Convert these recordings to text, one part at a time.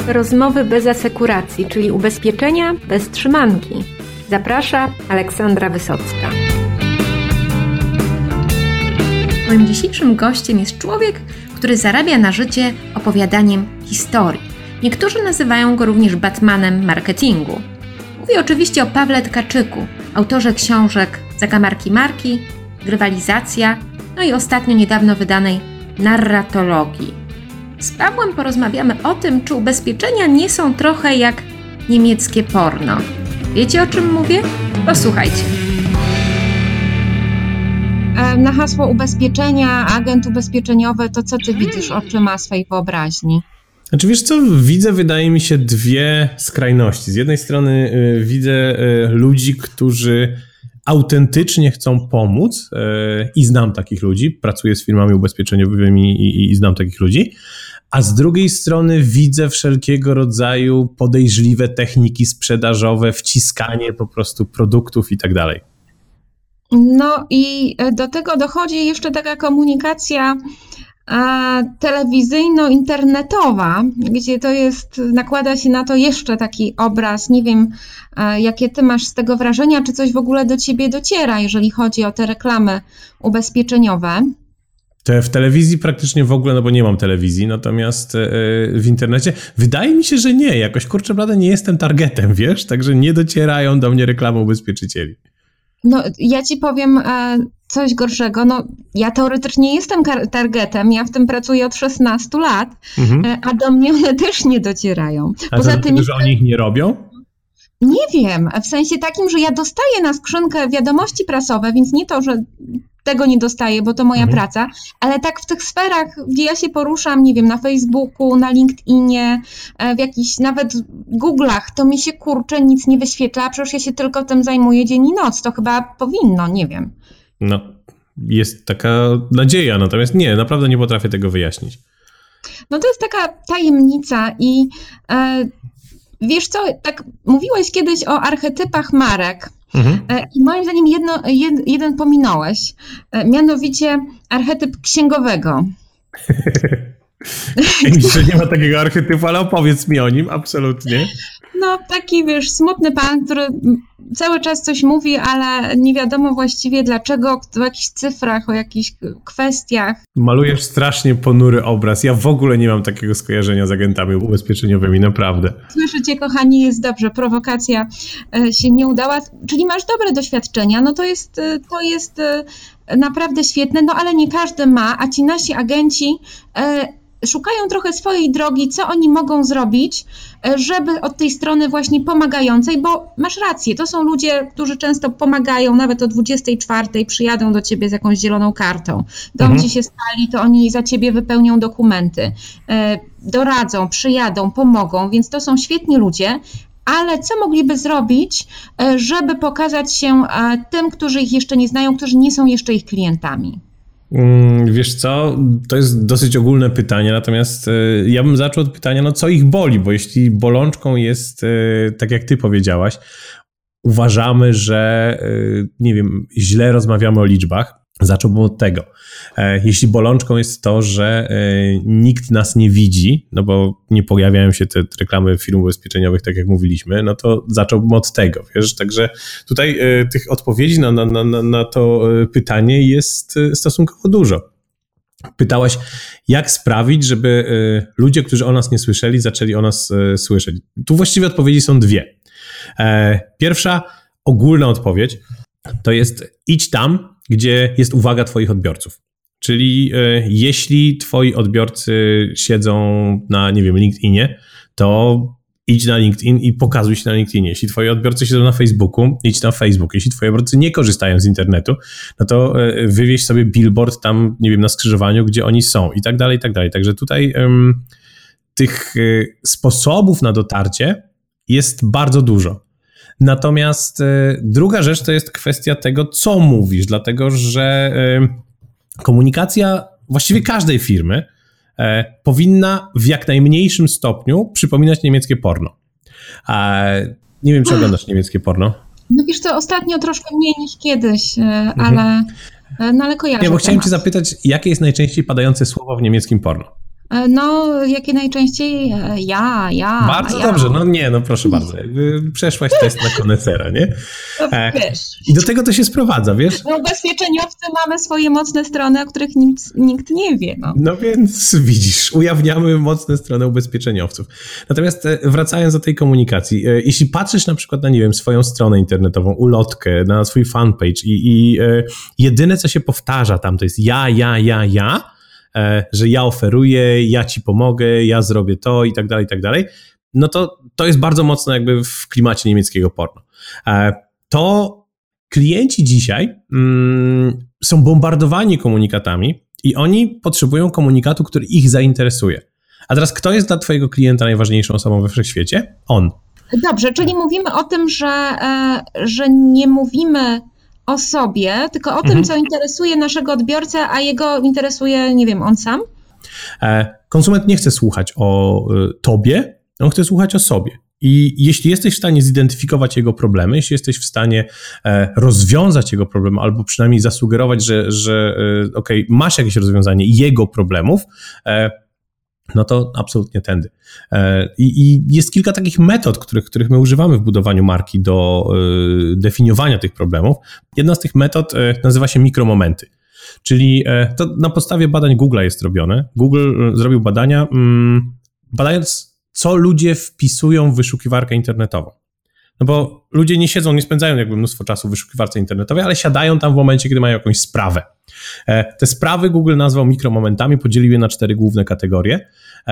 Rozmowy bez asekuracji, czyli ubezpieczenia bez trzymanki. Zaprasza Aleksandra Wysocka. Moim dzisiejszym gościem jest człowiek, który zarabia na życie opowiadaniem historii. Niektórzy nazywają go również Batmanem marketingu. Mówię oczywiście o Pawle Tkaczyku, autorze książek Zakamarki Marki, Grywalizacja, no i ostatnio niedawno wydanej Narratologii. Z Pawłem porozmawiamy o tym, czy ubezpieczenia nie są trochę jak niemieckie porno. Wiecie, o czym mówię? Posłuchajcie. Na hasło ubezpieczenia, agent ubezpieczeniowy, to co ty widzisz oczyma swej wyobraźni? Znaczy wiesz co, widzę, wydaje mi się, dwie skrajności. Z jednej strony widzę ludzi, którzy autentycznie chcą pomóc i znam takich ludzi, pracuję z firmami ubezpieczeniowymi i znam takich ludzi, a z drugiej strony widzę wszelkiego rodzaju podejrzliwe techniki sprzedażowe, wciskanie po prostu produktów i tak dalej. No i do tego dochodzi jeszcze taka komunikacja telewizyjno-internetowa, gdzie to jest, nakłada się na to jeszcze taki obraz. Nie wiem, jakie ty masz z tego wrażenia, czy coś w ogóle do ciebie dociera, jeżeli chodzi o te reklamy ubezpieczeniowe. To w telewizji praktycznie w ogóle, no bo nie mam telewizji, natomiast w internecie wydaje mi się, że nie. Jakoś kurczę blade nie jestem targetem, wiesz, także nie docierają do mnie reklamy ubezpieczycieli. No, ja ci powiem coś gorszego. No, ja teoretycznie jestem targetem, ja w tym pracuję od 16 lat, a do mnie one też nie docierają. A poza tym, że oni ich nie robią? Nie wiem, w sensie takim, że ja dostaję na skrzynkę wiadomości prasowe, więc nie to, że tego nie dostaję, bo to moja praca, ale tak w tych sferach, gdzie ja się poruszam, nie wiem, na Facebooku, na LinkedInie, w jakichś nawet Google'ach, to mi się kurczę nic nie wyświetla, a przecież ja się tylko tym zajmuję dzień i noc, to chyba powinno, nie wiem. No, jest taka nadzieja, natomiast nie, naprawdę nie potrafię tego wyjaśnić. No to jest taka tajemnica i wiesz co, tak mówiłeś kiedyś o archetypach marek i moim zdaniem jeden pominąłeś, mianowicie archetyp księgowego. Myślę, że nie ma takiego archetypu, ale opowiedz mi o nim, absolutnie. No taki, wiesz, smutny pan, który cały czas coś mówi, ale nie wiadomo właściwie dlaczego, o jakichś cyfrach, o jakichś kwestiach. Malujesz strasznie ponury obraz. Ja w ogóle nie mam takiego skojarzenia z agentami ubezpieczeniowymi, naprawdę. Słyszę cię, kochani, jest dobrze, prowokacja się nie udała, czyli masz dobre doświadczenia, no to jest naprawdę świetne, no ale nie każdy ma, a ci nasi agenci szukają trochę swojej drogi, co oni mogą zrobić, żeby od tej strony właśnie pomagającej, bo masz rację, to są ludzie, którzy często pomagają, nawet o 24:00 przyjadą do ciebie z jakąś zieloną kartą. Dom ci się spali, to oni za ciebie wypełnią dokumenty, doradzą, przyjadą, pomogą, więc to są świetni ludzie, ale co mogliby zrobić, żeby pokazać się tym, którzy ich jeszcze nie znają, którzy nie są jeszcze ich klientami? Wiesz co, to jest dosyć ogólne pytanie, natomiast ja bym zaczął od pytania, no co ich boli, bo jeśli bolączką jest, tak jak ty powiedziałaś, uważamy, że, nie wiem, źle rozmawiamy o liczbach, zacząłbym od tego. Jeśli bolączką jest to, że nikt nas nie widzi, no bo nie pojawiają się te reklamy firm ubezpieczeniowych, tak jak mówiliśmy, no to zacząłbym od tego, wiesz, także tutaj tych odpowiedzi na to pytanie jest stosunkowo dużo. Pytałaś, jak sprawić, żeby ludzie, którzy o nas nie słyszeli, zaczęli o nas słyszeć. Tu właściwie odpowiedzi są dwie. Pierwsza, ogólna odpowiedź, to jest idź tam, gdzie jest uwaga twoich odbiorców. Czyli jeśli twoi odbiorcy siedzą na, nie wiem, LinkedInie, to idź na LinkedIn i pokazuj się na LinkedInie. Jeśli twoi odbiorcy siedzą na Facebooku, idź na Facebook. Jeśli twoi odbiorcy nie korzystają z internetu, no to wywieź sobie billboard tam, nie wiem, na skrzyżowaniu, gdzie oni są i tak dalej, i tak dalej. Także tutaj tych sposobów na dotarcie jest bardzo dużo. Natomiast druga rzecz to jest kwestia tego, co mówisz, dlatego że komunikacja właściwie każdej firmy powinna w jak najmniejszym stopniu przypominać niemieckie porno. Nie wiem, czy oglądasz niemieckie porno? No wiesz co, ostatnio troszkę mniej niż kiedyś, ale kojarzę. Nie, bo chciałem cię zapytać, jakie jest najczęściej padające słowo w niemieckim porno? No, jakie najczęściej? Ja. Bardzo dobrze, proszę bardzo. Jakby przeszłaś test na konesera, nie? No, wiesz. I do tego to się sprowadza, wiesz? No, ubezpieczeniowcy mamy swoje mocne strony, o których nikt nie wie. No więc widzisz, ujawniamy mocne strony ubezpieczeniowców. Natomiast wracając do tej komunikacji, jeśli patrzysz na przykład na, nie wiem, swoją stronę internetową, ulotkę, na swój fanpage i jedyne, co się powtarza tam, to jest ja, że ja oferuję, ja ci pomogę, ja zrobię to i tak dalej, no to jest bardzo mocno jakby w klimacie niemieckiego porno. To klienci dzisiaj są bombardowani komunikatami i oni potrzebują komunikatu, który ich zainteresuje. A teraz kto jest dla twojego klienta najważniejszą osobą we wszechświecie? On. Dobrze, czyli mówimy o tym, że nie mówimy o sobie, tylko o tym, co interesuje naszego odbiorcę, a jego interesuje, nie wiem, on sam? Konsument nie chce słuchać o tobie, on chce słuchać o sobie. I jeśli jesteś w stanie zidentyfikować jego problemy, jeśli jesteś w stanie rozwiązać jego problemy, albo przynajmniej zasugerować, że okej, masz jakieś rozwiązanie jego problemów, no to absolutnie tędy. I jest kilka takich metod, których my używamy w budowaniu marki do definiowania tych problemów. Jedna z tych metod nazywa się mikromomenty. Czyli to na podstawie badań Google'a jest robione. Google zrobił badania, badając, co ludzie wpisują w wyszukiwarkę internetową. No bo ludzie nie spędzają jakby mnóstwo czasu w wyszukiwarce internetowej, ale siadają tam w momencie, kiedy mają jakąś sprawę. Te sprawy Google nazwał mikromomentami, podzielił je na 4 główne kategorie.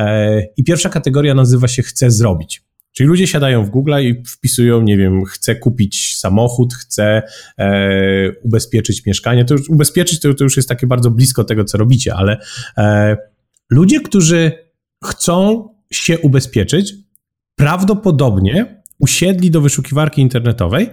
I pierwsza kategoria nazywa się chcę zrobić. Czyli ludzie siadają w Google i wpisują, nie wiem, chcę kupić samochód, chcę ubezpieczyć mieszkanie. To już ubezpieczyć to już jest takie bardzo blisko tego, co robicie, ale ludzie, którzy chcą się ubezpieczyć, prawdopodobnie usiedli do wyszukiwarki internetowej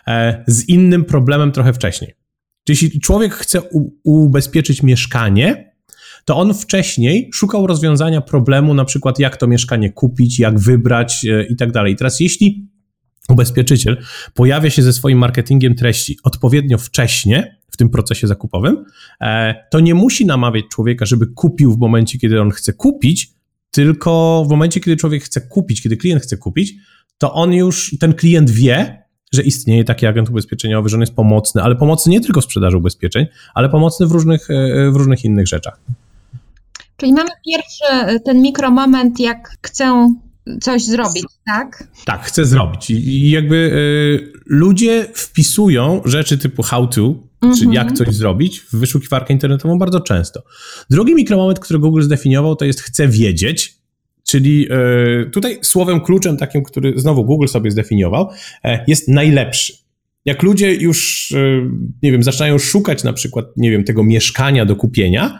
z innym problemem trochę wcześniej. Czyli jeśli człowiek chce ubezpieczyć mieszkanie, to on wcześniej szukał rozwiązania problemu, na przykład jak to mieszkanie kupić, jak wybrać i tak dalej. I teraz jeśli ubezpieczyciel pojawia się ze swoim marketingiem treści odpowiednio wcześnie w tym procesie zakupowym, to nie musi namawiać człowieka, żeby kupił w momencie, kiedy on chce kupić, tylko w momencie, kiedy człowiek chce kupić, kiedy klient chce kupić, to ten klient wie, że istnieje taki agent ubezpieczeniowy, że on jest pomocny, ale pomocny nie tylko w sprzedaży ubezpieczeń, ale pomocny w różnych innych rzeczach. Czyli mamy pierwszy ten mikromoment, jak chcę coś zrobić, tak? Tak, chcę zrobić. I jakby ludzie wpisują rzeczy typu how to, czyli jak coś zrobić, w wyszukiwarkę internetową bardzo często. Drugi mikromoment, który Google zdefiniował, to jest chcę wiedzieć, czyli tutaj słowem kluczem takim, który znowu Google sobie zdefiniował, jest najlepszy. Jak ludzie już, nie wiem, zaczynają szukać na przykład, nie wiem, tego mieszkania do kupienia,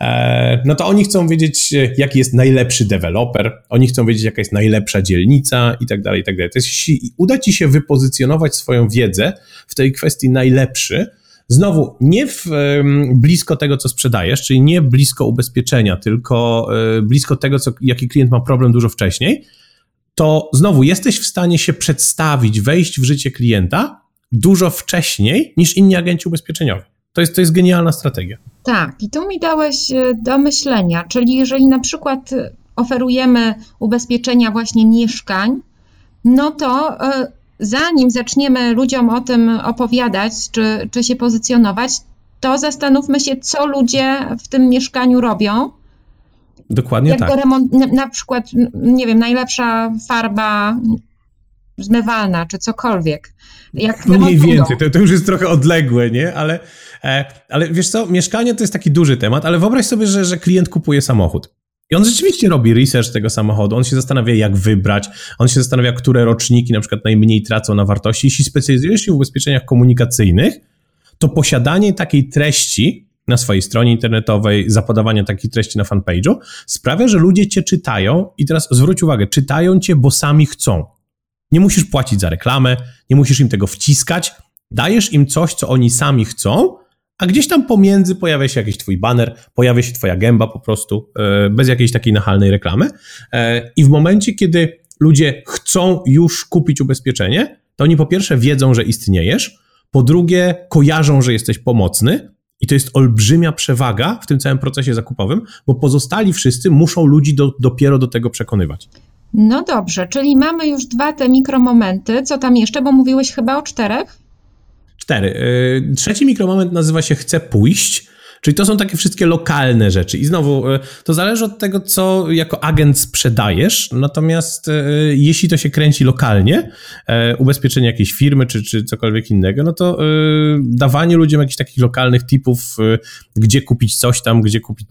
no to oni chcą wiedzieć, jaki jest najlepszy deweloper, oni chcą wiedzieć, jaka jest najlepsza dzielnica i tak dalej, i tak dalej. To jest, jeśli uda ci się wypozycjonować swoją wiedzę w tej kwestii najlepszy, znowu nie blisko tego, co sprzedajesz, czyli nie blisko ubezpieczenia, tylko blisko tego, jaki klient ma problem dużo wcześniej, to znowu jesteś w stanie się przedstawić, wejść w życie klienta dużo wcześniej niż inni agenci ubezpieczeniowi. To jest genialna strategia. Tak, i tu mi dałeś do myślenia, czyli jeżeli na przykład oferujemy ubezpieczenia właśnie mieszkań, no to zanim zaczniemy ludziom o tym opowiadać, czy się pozycjonować, to zastanówmy się, co ludzie w tym mieszkaniu robią. Dokładnie tak. Na przykład, nie wiem, najlepsza farba zmywalna, czy cokolwiek. Mniej więcej, to już jest trochę odległe, nie? Ale wiesz co, mieszkanie to jest taki duży temat, ale wyobraź sobie, że klient kupuje samochód. I on rzeczywiście robi research tego samochodu, on się zastanawia, jak wybrać, on się zastanawia, które roczniki na przykład najmniej tracą na wartości. Jeśli specjalizujesz się w ubezpieczeniach komunikacyjnych, to posiadanie takiej treści na swojej stronie internetowej, zapodawanie takiej treści na fanpage'u sprawia, że ludzie cię czytają i teraz zwróć uwagę, czytają cię, bo sami chcą. Nie musisz płacić za reklamę, nie musisz im tego wciskać, dajesz im coś, co oni sami chcą, a gdzieś tam pomiędzy pojawia się jakiś twój baner, pojawia się twoja gęba po prostu, bez jakiejś takiej nachalnej reklamy. I w momencie, kiedy ludzie chcą już kupić ubezpieczenie, to oni po pierwsze wiedzą, że istniejesz, po drugie kojarzą, że jesteś pomocny I to jest olbrzymia przewaga w tym całym procesie zakupowym, bo pozostali wszyscy muszą ludzi dopiero do tego przekonywać. No dobrze, czyli mamy już 2 te mikromomenty. Co tam jeszcze, bo mówiłeś chyba o 4? 4. Trzeci mikromoment nazywa się chcę pójść, czyli to są takie wszystkie lokalne rzeczy. I znowu, to zależy od tego, co jako agent sprzedajesz, natomiast jeśli to się kręci lokalnie, ubezpieczenie jakiejś firmy czy cokolwiek innego, no to dawanie ludziom jakichś takich lokalnych tipów, gdzie kupić coś tam,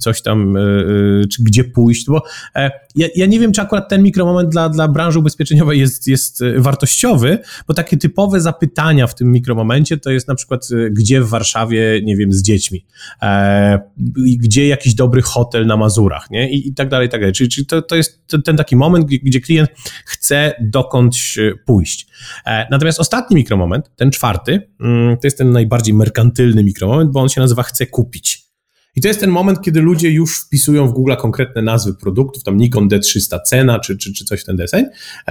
czy gdzie pójść, bo ja nie wiem, czy akurat ten mikromoment dla branży ubezpieczeniowej jest wartościowy, bo takie typowe zapytania w tym mikromomencie to jest na przykład, gdzie w Warszawie, nie wiem, z dziećmi, gdzie jakiś dobry hotel na Mazurach, nie? I tak dalej, i tak dalej. Czyli to jest ten taki moment, gdzie klient chce dokądś pójść. Natomiast ostatni mikromoment, ten 4, to jest ten najbardziej merkantylny mikromoment, bo on się nazywa chce kupić. I to jest ten moment, kiedy ludzie już wpisują w Google konkretne nazwy produktów, tam Nikon D300 cena, czy coś w ten deseń.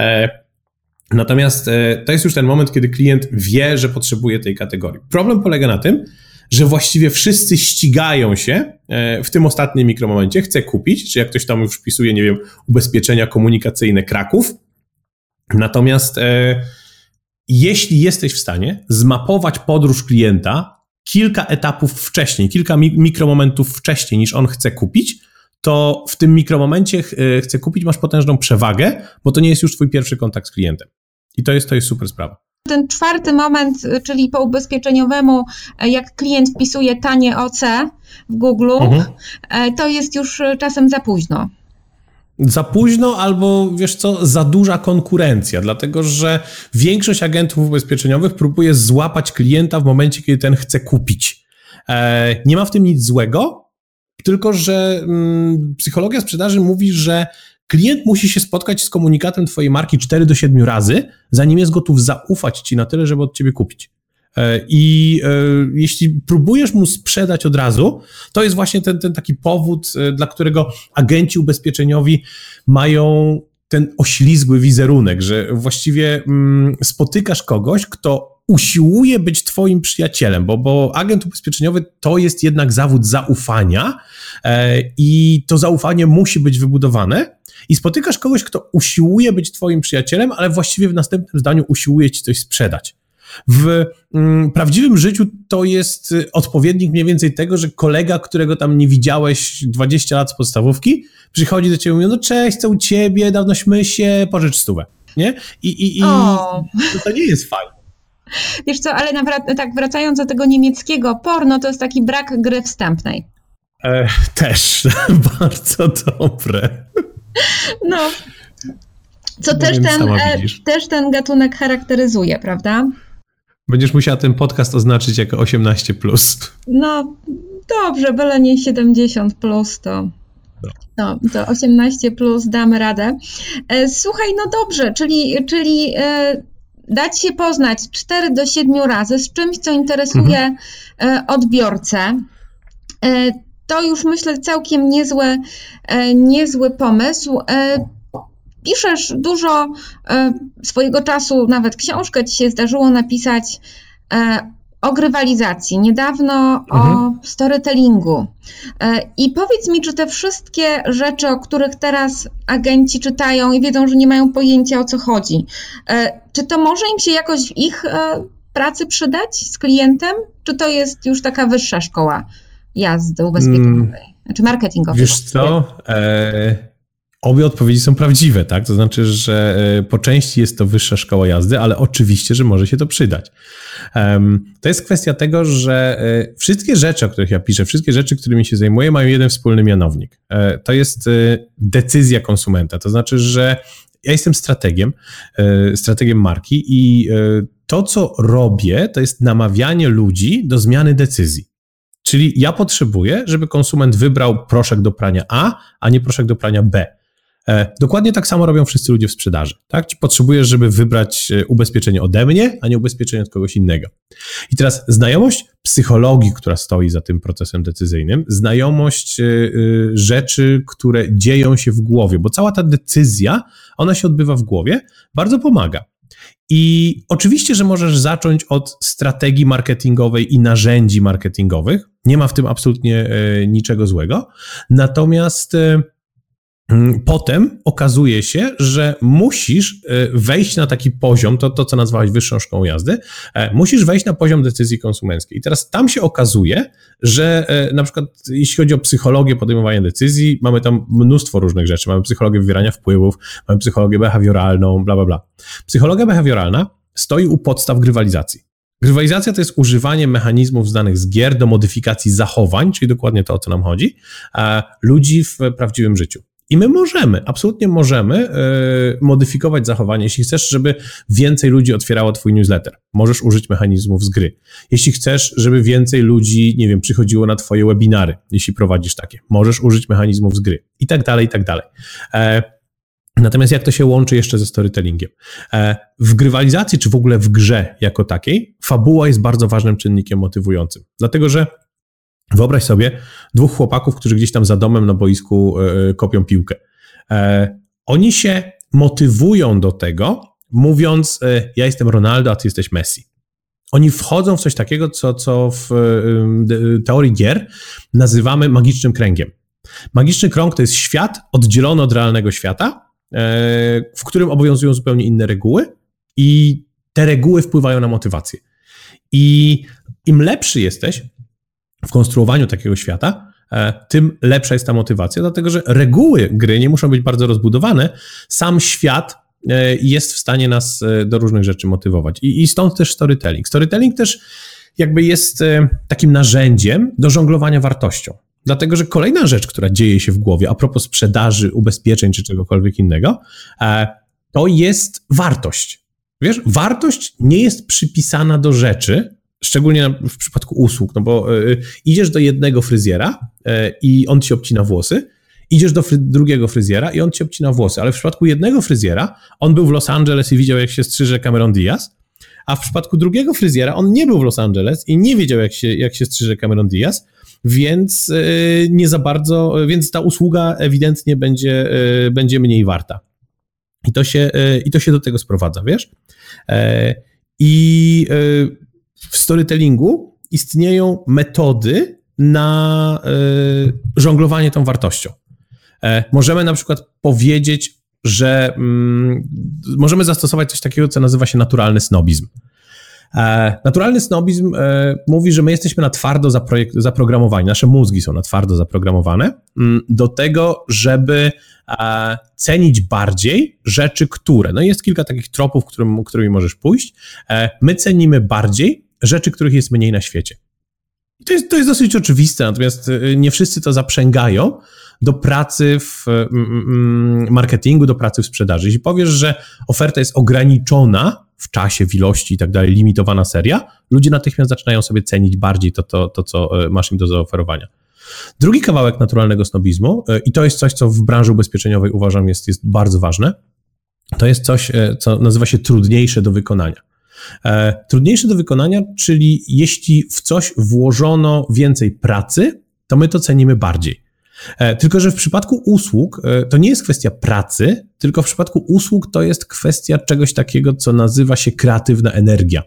Natomiast to jest już ten moment, kiedy klient wie, że potrzebuje tej kategorii. Problem polega na tym, że właściwie wszyscy ścigają się w tym ostatnim mikromomencie, chce kupić, czy jak ktoś tam już wpisuje, nie wiem, ubezpieczenia komunikacyjne Kraków. Natomiast jeśli jesteś w stanie zmapować podróż klienta kilka etapów wcześniej, kilka mikromomentów wcześniej niż on chce kupić, to w tym mikromomencie chce kupić, masz potężną przewagę, bo to nie jest już twój pierwszy kontakt z klientem. I to jest super sprawa. Ten 4 moment, czyli po ubezpieczeniowemu, jak klient wpisuje tanie OC w Google, to jest już czasem za późno. Za późno albo, wiesz co, za duża konkurencja, dlatego że większość agentów ubezpieczeniowych próbuje złapać klienta w momencie, kiedy ten chce kupić. Nie ma w tym nic złego, tylko że psychologia sprzedaży mówi, że klient musi się spotkać z komunikatem twojej marki 4 do 7 razy, zanim jest gotów zaufać ci na tyle, żeby od ciebie kupić. I jeśli próbujesz mu sprzedać od razu, to jest właśnie ten taki powód, dla którego agenci ubezpieczeniowi mają ten oślizgły wizerunek, że właściwie spotykasz kogoś, kto usiłuje być twoim przyjacielem, bo agent ubezpieczeniowy to jest jednak zawód zaufania i to zaufanie musi być wybudowane i spotykasz kogoś, kto usiłuje być twoim przyjacielem, ale właściwie w następnym zdaniu usiłuje ci coś sprzedać. W prawdziwym życiu to jest odpowiednik mniej więcej tego, że kolega, którego tam nie widziałeś 20 lat z podstawówki, przychodzi do ciebie i mówi, no cześć, co u ciebie, dawnośmy się, pożycz 100, nie? I to nie jest fajne. Wiesz co, ale tak wracając do tego niemieckiego porno, to jest taki brak gry wstępnej. Też, bardzo dobre. No, co też ten gatunek charakteryzuje, prawda? Będziesz musiała ten podcast oznaczyć jako 18+. No, dobrze, byle nie 70+, to 18+, damy radę. Słuchaj, no dobrze, czyli dać się poznać 4 do 7 razy z czymś, co interesuje odbiorcę. To już myślę całkiem niezły pomysł. Piszesz dużo swojego czasu, nawet książkę ci się zdarzyło napisać o grywalizacji, niedawno o storytellingu. I powiedz mi, czy te wszystkie rzeczy, o których teraz agenci czytają i wiedzą, że nie mają pojęcia, o co chodzi, czy to może im się jakoś w ich pracy przydać z klientem, czy to jest już taka wyższa szkoła jazdy ubezpieczeniowej, czy marketingowej? Wiesz co? Obie odpowiedzi są prawdziwe, tak? To znaczy, że po części jest to wyższa szkoła jazdy, ale oczywiście, że może się to przydać. To jest kwestia tego, że wszystkie rzeczy, o których ja piszę, wszystkie rzeczy, którymi się zajmuję, mają jeden wspólny mianownik. To jest decyzja konsumenta. To znaczy, że ja jestem strategiem marki i to, co robię, to jest namawianie ludzi do zmiany decyzji. Czyli ja potrzebuję, żeby konsument wybrał proszek do prania a nie proszek do prania B. Dokładnie tak samo robią wszyscy ludzie w sprzedaży. Tak? Potrzebujesz, żeby wybrać ubezpieczenie ode mnie, a nie ubezpieczenie od kogoś innego. I teraz znajomość psychologii, która stoi za tym procesem decyzyjnym, znajomość rzeczy, które dzieją się w głowie, bo cała ta decyzja, ona się odbywa w głowie, bardzo pomaga. I oczywiście, że możesz zacząć od strategii marketingowej i narzędzi marketingowych. Nie ma w tym absolutnie niczego złego. Natomiast potem okazuje się, że musisz wejść na taki poziom, to co nazwałeś wyższą szkołą jazdy, musisz wejść na poziom decyzji konsumenckiej. I teraz tam się okazuje, że na przykład jeśli chodzi o psychologię podejmowania decyzji, mamy tam mnóstwo różnych rzeczy. Mamy psychologię wywierania wpływów, mamy psychologię behawioralną, bla, bla, bla. Psychologia behawioralna stoi u podstaw grywalizacji. Grywalizacja to jest używanie mechanizmów znanych z gier do modyfikacji zachowań, czyli dokładnie to, o co nam chodzi, ludzi w prawdziwym życiu. I my absolutnie możemy modyfikować zachowanie. Jeśli chcesz, żeby więcej ludzi otwierało twój newsletter, możesz użyć mechanizmów z gry. Jeśli chcesz, żeby więcej ludzi, nie wiem, przychodziło na twoje webinary, jeśli prowadzisz takie, możesz użyć mechanizmów z gry i tak dalej, i tak dalej. Natomiast jak to się łączy jeszcze ze storytellingiem? W grywalizacji, czy w ogóle w grze jako takiej, fabuła jest bardzo ważnym czynnikiem motywującym. Dlatego, że wyobraź sobie dwóch chłopaków, którzy gdzieś tam za domem na boisku kopią piłkę. Oni się motywują do tego, mówiąc, ja jestem Ronaldo, a ty jesteś Messi. Oni wchodzą w coś takiego, co w teorii gier nazywamy magicznym kręgiem. Magiczny krąg to jest świat oddzielony od realnego świata, w którym obowiązują zupełnie inne reguły i te reguły wpływają na motywację. I im lepszy jesteś w konstruowaniu takiego świata, tym lepsza jest ta motywacja, dlatego że reguły gry nie muszą być bardzo rozbudowane, sam świat jest w stanie nas do różnych rzeczy motywować. I stąd też storytelling. Storytelling też jakby jest takim narzędziem do żonglowania wartością. Dlatego, że kolejna rzecz, która dzieje się w głowie, a propos sprzedaży, ubezpieczeń czy czegokolwiek innego, to jest wartość. Wiesz, wartość nie jest przypisana do rzeczy, szczególnie w przypadku usług, no bo idziesz do jednego fryzjera i on ci obcina włosy, idziesz do drugiego fryzjera i on ci obcina włosy, ale w przypadku jednego fryzjera on był w Los Angeles i widział, jak się strzyże Cameron Diaz, a w przypadku drugiego fryzjera on nie był w Los Angeles i nie wiedział, jak się strzyże Cameron Diaz, więc nie za bardzo, więc ta usługa ewidentnie będzie mniej warta. I to się do tego sprowadza, wiesz? W storytellingu istnieją metody na żonglowanie tą wartością. Możemy na przykład powiedzieć, że możemy zastosować coś takiego, co nazywa się naturalny snobizm. Naturalny snobizm mówi, że my jesteśmy na twardo zaprogramowani, nasze mózgi są na twardo zaprogramowane do tego, żeby cenić bardziej rzeczy, które, no jest kilka takich tropów, którymi możesz pójść, my cenimy bardziej rzeczy, których jest mniej na świecie. I to jest dosyć oczywiste, natomiast nie wszyscy to zaprzęgają do pracy w marketingu, do pracy w sprzedaży. Jeśli powiesz, że oferta jest ograniczona w czasie, w ilości i tak dalej, limitowana seria, ludzie natychmiast zaczynają sobie cenić bardziej to, co masz im do zaoferowania. Drugi kawałek naturalnego snobizmu, i to jest coś, co w branży ubezpieczeniowej uważam jest bardzo ważne, to jest coś, co nazywa się trudniejsze do wykonania. Trudniejsze do wykonania, czyli jeśli w coś włożono więcej pracy, to my to cenimy bardziej. Tylko że w przypadku usług to nie jest kwestia pracy, tylko w przypadku usług to jest kwestia czegoś takiego, co nazywa się kreatywna energia.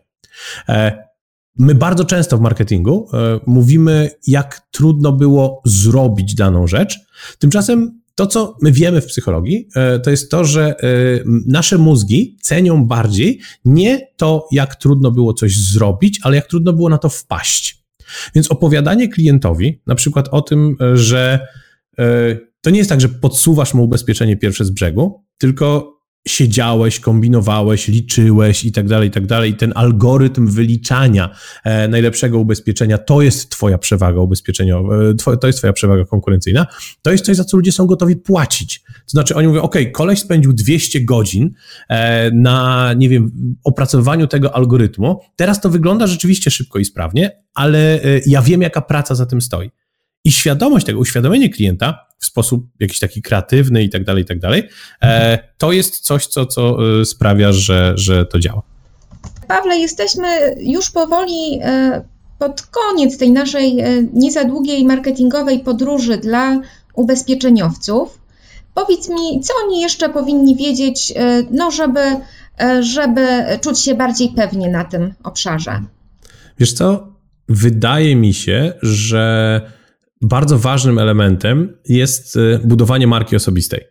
My bardzo często w marketingu mówimy, jak trudno było zrobić daną rzecz. Tymczasem to, co my wiemy w psychologii, to jest to, że nasze mózgi cenią bardziej nie to, jak trudno było coś zrobić, ale jak trudno było na to wpaść. Więc opowiadanie klientowi na przykład o tym, że to nie jest tak, że podsuwasz mu ubezpieczenie pierwsze z brzegu, tylko siedziałeś, kombinowałeś, liczyłeś i tak dalej, i ten algorytm wyliczania najlepszego ubezpieczenia, to jest twoja przewaga ubezpieczeniowa, to jest twoja przewaga konkurencyjna, to jest coś, za co ludzie są gotowi płacić. To znaczy oni mówią, koleś spędził 200 godzin na, nie wiem, opracowaniu tego algorytmu, teraz to wygląda rzeczywiście szybko i sprawnie, ale ja wiem, jaka praca za tym stoi. I świadomość tego, uświadomienie klienta w sposób jakiś taki kreatywny i tak dalej, to jest coś, co sprawia, że to działa. Pawle, jesteśmy już powoli pod koniec tej naszej nie za długiej marketingowej podróży dla ubezpieczeniowców. Powiedz mi, co oni jeszcze powinni wiedzieć, żeby żeby czuć się bardziej pewnie na tym obszarze. Wiesz co? Wydaje mi się, że bardzo ważnym elementem jest budowanie marki osobistej.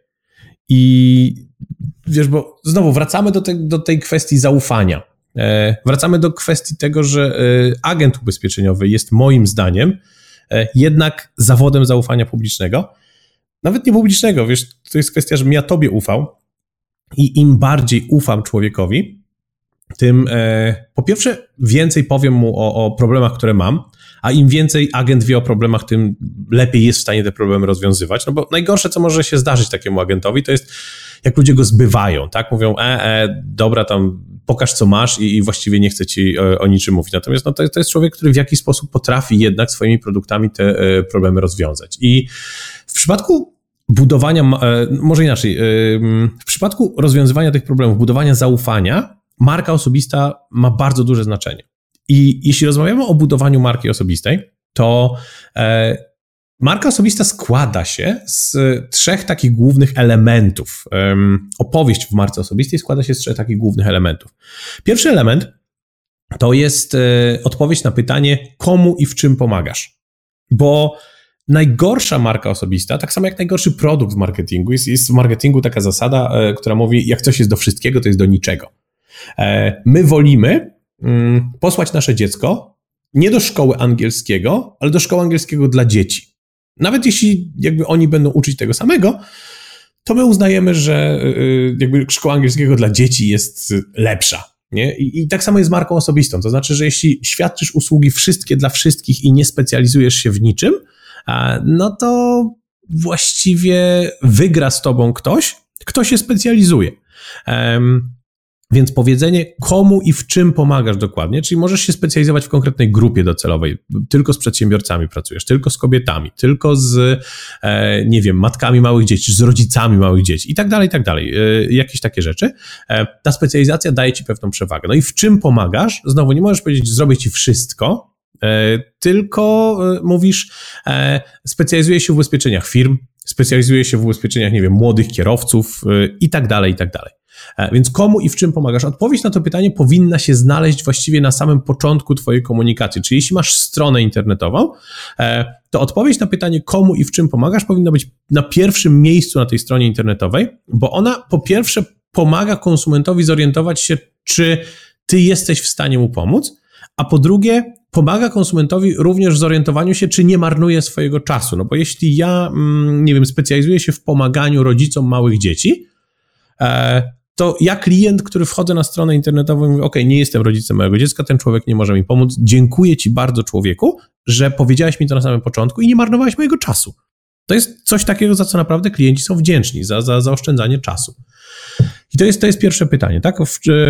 I wiesz, bo znowu wracamy do tej kwestii zaufania. Wracamy do kwestii tego, że agent ubezpieczeniowy jest moim zdaniem jednak zawodem zaufania publicznego. Nawet nie publicznego, wiesz, to jest kwestia, żebym ja tobie ufał i im bardziej ufam człowiekowi, tym po pierwsze więcej powiem mu o problemach, które mam, a im więcej agent wie o problemach, tym lepiej jest w stanie te problemy rozwiązywać, no bo najgorsze, co może się zdarzyć takiemu agentowi, to jest jak ludzie go zbywają, tak? Mówią, dobra, tam pokaż, co masz i właściwie nie chcę ci o niczym mówić. Natomiast no, to jest człowiek, który w jakiś sposób potrafi jednak swoimi produktami te problemy rozwiązać. I w przypadku budowania, może inaczej, w przypadku rozwiązywania tych problemów, budowania zaufania, marka osobista ma bardzo duże znaczenie. I jeśli rozmawiamy o budowaniu marki osobistej, to marka osobista składa się z 3 takich głównych elementów. Opowieść w marce osobistej składa się z 3 takich głównych elementów. Pierwszy element to jest odpowiedź na pytanie, komu i w czym pomagasz. Bo najgorsza marka osobista, tak samo jak najgorszy produkt w marketingu, jest w marketingu taka zasada, która mówi, jak coś jest do wszystkiego, to jest do niczego. My wolimy posłać nasze dziecko nie do szkoły angielskiego, ale do szkoły angielskiego dla dzieci. Nawet jeśli jakby oni będą uczyć tego samego, to my uznajemy, że jakby szkoła angielskiego dla dzieci jest lepsza. Nie? I tak samo jest z marką osobistą. To znaczy, że jeśli świadczysz usługi wszystkie dla wszystkich i nie specjalizujesz się w niczym, no to właściwie wygra z tobą ktoś, kto się specjalizuje. Więc powiedzenie, komu i w czym pomagasz dokładnie, czyli możesz się specjalizować w konkretnej grupie docelowej, tylko z przedsiębiorcami pracujesz, tylko z kobietami, tylko z, nie wiem, matkami małych dzieci, z rodzicami małych dzieci i tak dalej, jakieś takie rzeczy. Ta specjalizacja daje ci pewną przewagę. No i w czym pomagasz? Znowu nie możesz powiedzieć, zrobię ci wszystko, tylko mówisz, specjalizuję się w ubezpieczeniach firm, specjalizuję się w ubezpieczeniach, nie wiem, młodych kierowców i tak dalej. Więc komu i w czym pomagasz? Odpowiedź na to pytanie powinna się znaleźć właściwie na samym początku twojej komunikacji. Czyli jeśli masz stronę internetową, to odpowiedź na pytanie, komu i w czym pomagasz, powinna być na pierwszym miejscu na tej stronie internetowej, bo ona po pierwsze pomaga konsumentowi zorientować się, czy ty jesteś w stanie mu pomóc, a po drugie pomaga konsumentowi również w zorientowaniu się, czy nie marnuje swojego czasu. No bo jeśli ja, nie wiem, specjalizuję się w pomaganiu rodzicom małych dzieci, to ja klient, który wchodzę na stronę internetową i mówię, okej, nie jestem rodzicem mojego dziecka, ten człowiek nie może mi pomóc, dziękuję ci bardzo, człowieku, że powiedziałeś mi to na samym początku i nie marnowałeś mojego czasu. To jest coś takiego, za co naprawdę klienci są wdzięczni, za oszczędzanie czasu. I to jest pierwsze pytanie, tak?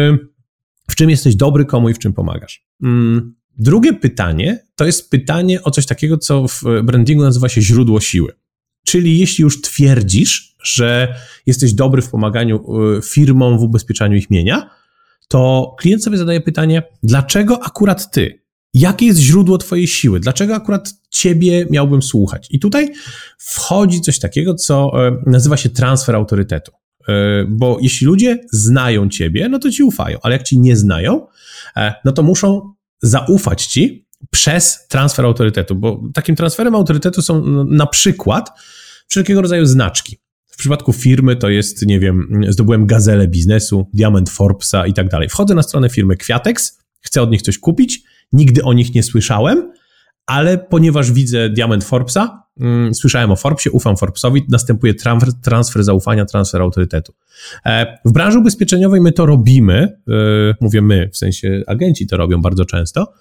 W czym jesteś dobry, komu i w czym pomagasz? Drugie pytanie to jest pytanie o coś takiego, co w brandingu nazywa się źródło siły. Czyli jeśli już twierdzisz, że jesteś dobry w pomaganiu firmom w ubezpieczaniu ich mienia, to klient sobie zadaje pytanie, dlaczego akurat ty? Jakie jest źródło twojej siły? Dlaczego akurat ciebie miałbym słuchać? I tutaj wchodzi coś takiego, co nazywa się transfer autorytetu. Bo jeśli ludzie znają ciebie, no to ci ufają, ale jak ci nie znają, no to muszą zaufać ci przez transfer autorytetu, bo takim transferem autorytetu są na przykład wszelkiego rodzaju znaczki. W przypadku firmy to jest, nie wiem, zdobyłem gazelę biznesu, diament Forbesa i tak dalej. Wchodzę na stronę firmy Kwiatex, chcę od nich coś kupić, nigdy o nich nie słyszałem, ale ponieważ widzę diament Forbesa, słyszałem o Forbesie, ufam Forbesowi, następuje transfer zaufania, transfer autorytetu. W branży ubezpieczeniowej my to robimy, mówię my, w sensie agenci to robią bardzo często,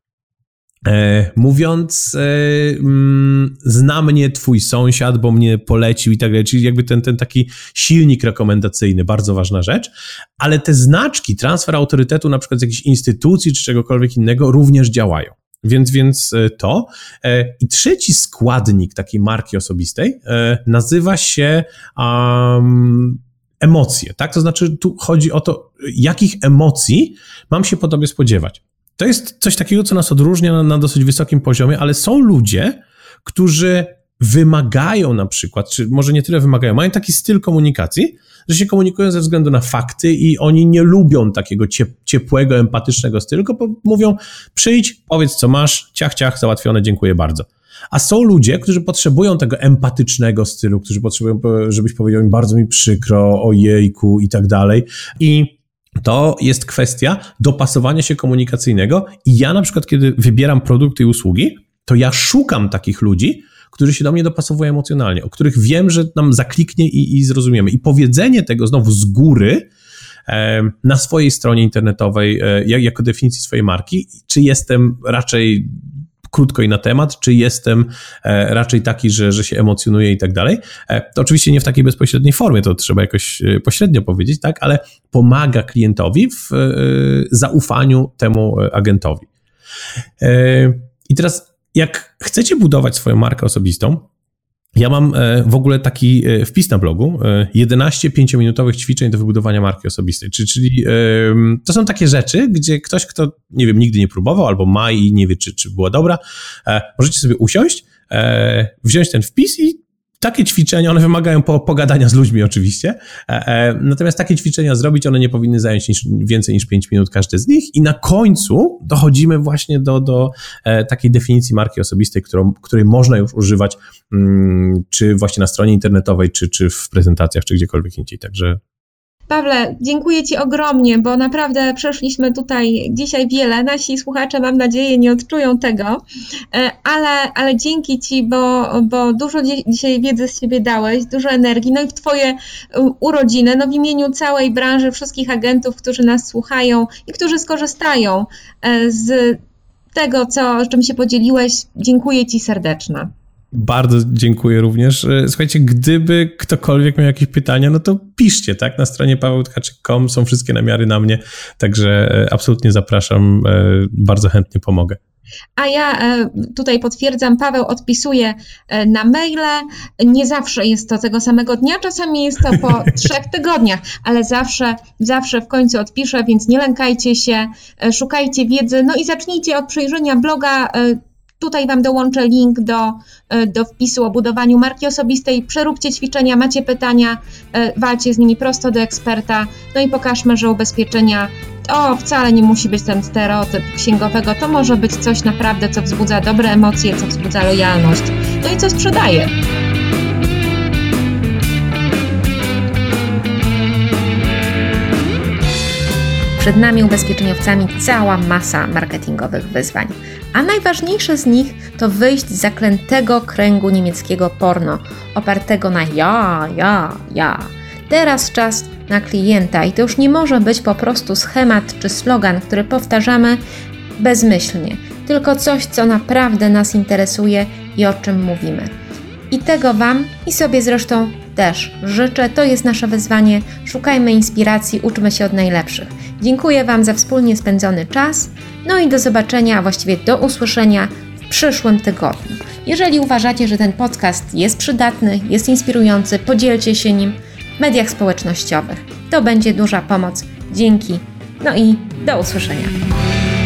mówiąc, zna mnie twój sąsiad, bo mnie polecił i tak dalej, czyli jakby ten taki silnik rekomendacyjny, bardzo ważna rzecz, ale te znaczki, transfer autorytetu na przykład z jakiejś instytucji czy czegokolwiek innego również działają. Więc to. I trzeci składnik takiej marki osobistej nazywa się emocje, tak? To znaczy tu chodzi o to, jakich emocji mam się po tobie spodziewać. To jest coś takiego, co nas odróżnia na dosyć wysokim poziomie, ale są ludzie, którzy wymagają na przykład, czy może nie tyle wymagają, mają taki styl komunikacji, że się komunikują ze względu na fakty i oni nie lubią takiego ciepłego, empatycznego stylu, tylko mówią, przyjdź, powiedz co masz, ciach, ciach, załatwione, dziękuję bardzo. A są ludzie, którzy potrzebują tego empatycznego stylu, którzy potrzebują, żebyś powiedział im bardzo mi przykro, ojejku i tak dalej. I to jest kwestia dopasowania się komunikacyjnego i ja na przykład, kiedy wybieram produkty i usługi, to ja szukam takich ludzi, którzy się do mnie dopasowują emocjonalnie, o których wiem, że nam zakliknie i zrozumiemy. I powiedzenie tego znowu z góry na swojej stronie internetowej, jako definicji swojej marki, czy jestem raczej krótko i na temat, czy jestem raczej taki, że się emocjonuję i tak dalej. To oczywiście nie w takiej bezpośredniej formie, to trzeba jakoś pośrednio powiedzieć, tak, ale pomaga klientowi w zaufaniu temu agentowi. I teraz jak chcecie budować swoją markę osobistą, ja mam w ogóle taki wpis na blogu, 11 5-minutowych ćwiczeń do wybudowania marki osobistej, czyli to są takie rzeczy, gdzie ktoś, kto, nie wiem, nigdy nie próbował albo ma i nie wie, czy była dobra, możecie sobie usiąść, wziąć ten wpis i takie ćwiczenia, one wymagają pogadania z ludźmi oczywiście, natomiast takie ćwiczenia zrobić, one nie powinny zająć więcej niż 5 minut każde z nich i na końcu dochodzimy właśnie do takiej definicji marki osobistej, której można już używać czy właśnie na stronie internetowej, czy w prezentacjach, czy gdziekolwiek indziej, także... Pawle, dziękuję Ci ogromnie, bo naprawdę przeszliśmy tutaj dzisiaj wiele. Nasi słuchacze, mam nadzieję, nie odczują tego, ale dzięki Ci, bo dużo dzisiaj wiedzy z siebie dałeś, dużo energii, no i w Twoje urodziny, no w imieniu całej branży, wszystkich agentów, którzy nas słuchają i którzy skorzystają z tego, czym się podzieliłeś, dziękuję Ci serdecznie. Bardzo dziękuję również. Słuchajcie, gdyby ktokolwiek miał jakieś pytania, no to piszcie, tak? Na stronie pawełtkaczyk.com są wszystkie namiary na mnie, także absolutnie zapraszam, bardzo chętnie pomogę. A ja tutaj potwierdzam, Paweł odpisuje na maile, nie zawsze jest to tego samego dnia, czasami jest to po 3 tygodniach, ale zawsze w końcu odpiszę, więc nie lękajcie się, szukajcie wiedzy, no i zacznijcie od przejrzenia bloga. Tutaj Wam dołączę link do wpisu o budowaniu marki osobistej. Przeróbcie ćwiczenia, macie pytania, walcie z nimi prosto do eksperta. No i pokażmy, że ubezpieczenia to wcale nie musi być ten stereotyp księgowego. To może być coś naprawdę, co wzbudza dobre emocje, co wzbudza lojalność. No i co sprzedaje. Przed nami ubezpieczeniowcami cała masa marketingowych wyzwań. A najważniejsze z nich to wyjść z zaklętego kręgu niemieckiego porno, opartego na ja. Teraz czas na klienta i to już nie może być po prostu schemat czy slogan, który powtarzamy bezmyślnie, tylko coś, co naprawdę nas interesuje i o czym mówimy. I tego Wam i sobie zresztą też życzę. To jest nasze wyzwanie. Szukajmy inspiracji, uczmy się od najlepszych. Dziękuję Wam za wspólnie spędzony czas. No i do zobaczenia, a właściwie do usłyszenia w przyszłym tygodniu. Jeżeli uważacie, że ten podcast jest przydatny, jest inspirujący, podzielcie się nim w mediach społecznościowych. To będzie duża pomoc. Dzięki. No i do usłyszenia.